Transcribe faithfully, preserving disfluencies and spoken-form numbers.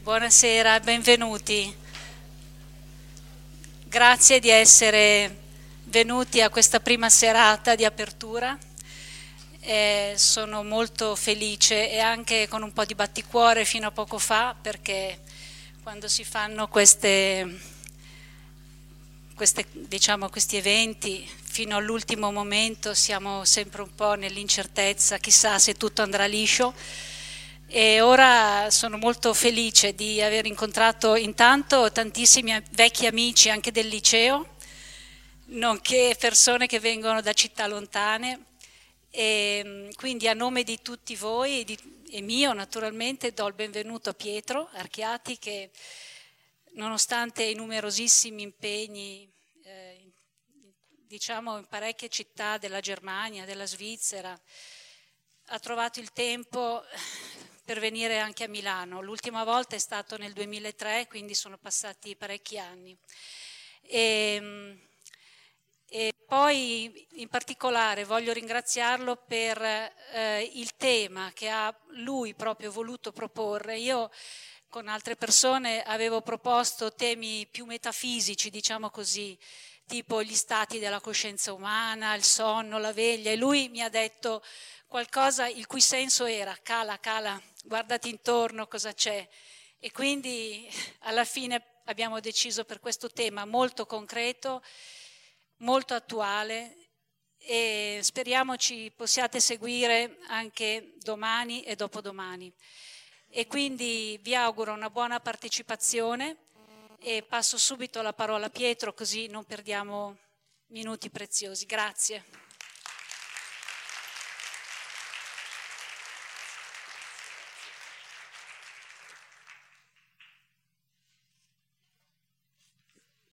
Buonasera, benvenuti. Grazie di essere venuti a questa prima serata di apertura. Eh, sono molto felice e anche con un po' di batticuore fino a poco fa, perché quando si fanno queste, queste, diciamo, questi eventi fino all'ultimo momento siamo sempre un po' nell'incertezza, chissà se tutto andrà liscio. E ora sono molto felice di aver incontrato intanto tantissimi vecchi amici anche del liceo, nonché persone che vengono da città lontane, e quindi a nome di tutti voi e, di, e mio naturalmente do il benvenuto a Pietro Archiati, che nonostante i numerosissimi impegni eh, diciamo in parecchie città della Germania, della Svizzera, ha trovato il tempo per venire anche a Milano. L'ultima volta è stato nel duemilatré, quindi sono passati parecchi anni. E, e poi in particolare voglio ringraziarlo per eh, il tema che ha lui proprio voluto proporre. Io con altre persone avevo proposto temi più metafisici, diciamo così, tipo gli stati della coscienza umana, il sonno, la veglia, e lui mi ha detto qualcosa il cui senso era cala, cala, guardati intorno cosa c'è. E quindi alla fine abbiamo deciso per questo tema molto concreto, molto attuale, e speriamo ci possiate seguire anche domani e dopodomani. E quindi vi auguro una buona partecipazione e passo subito la parola a Pietro, così non perdiamo minuti preziosi. Grazie.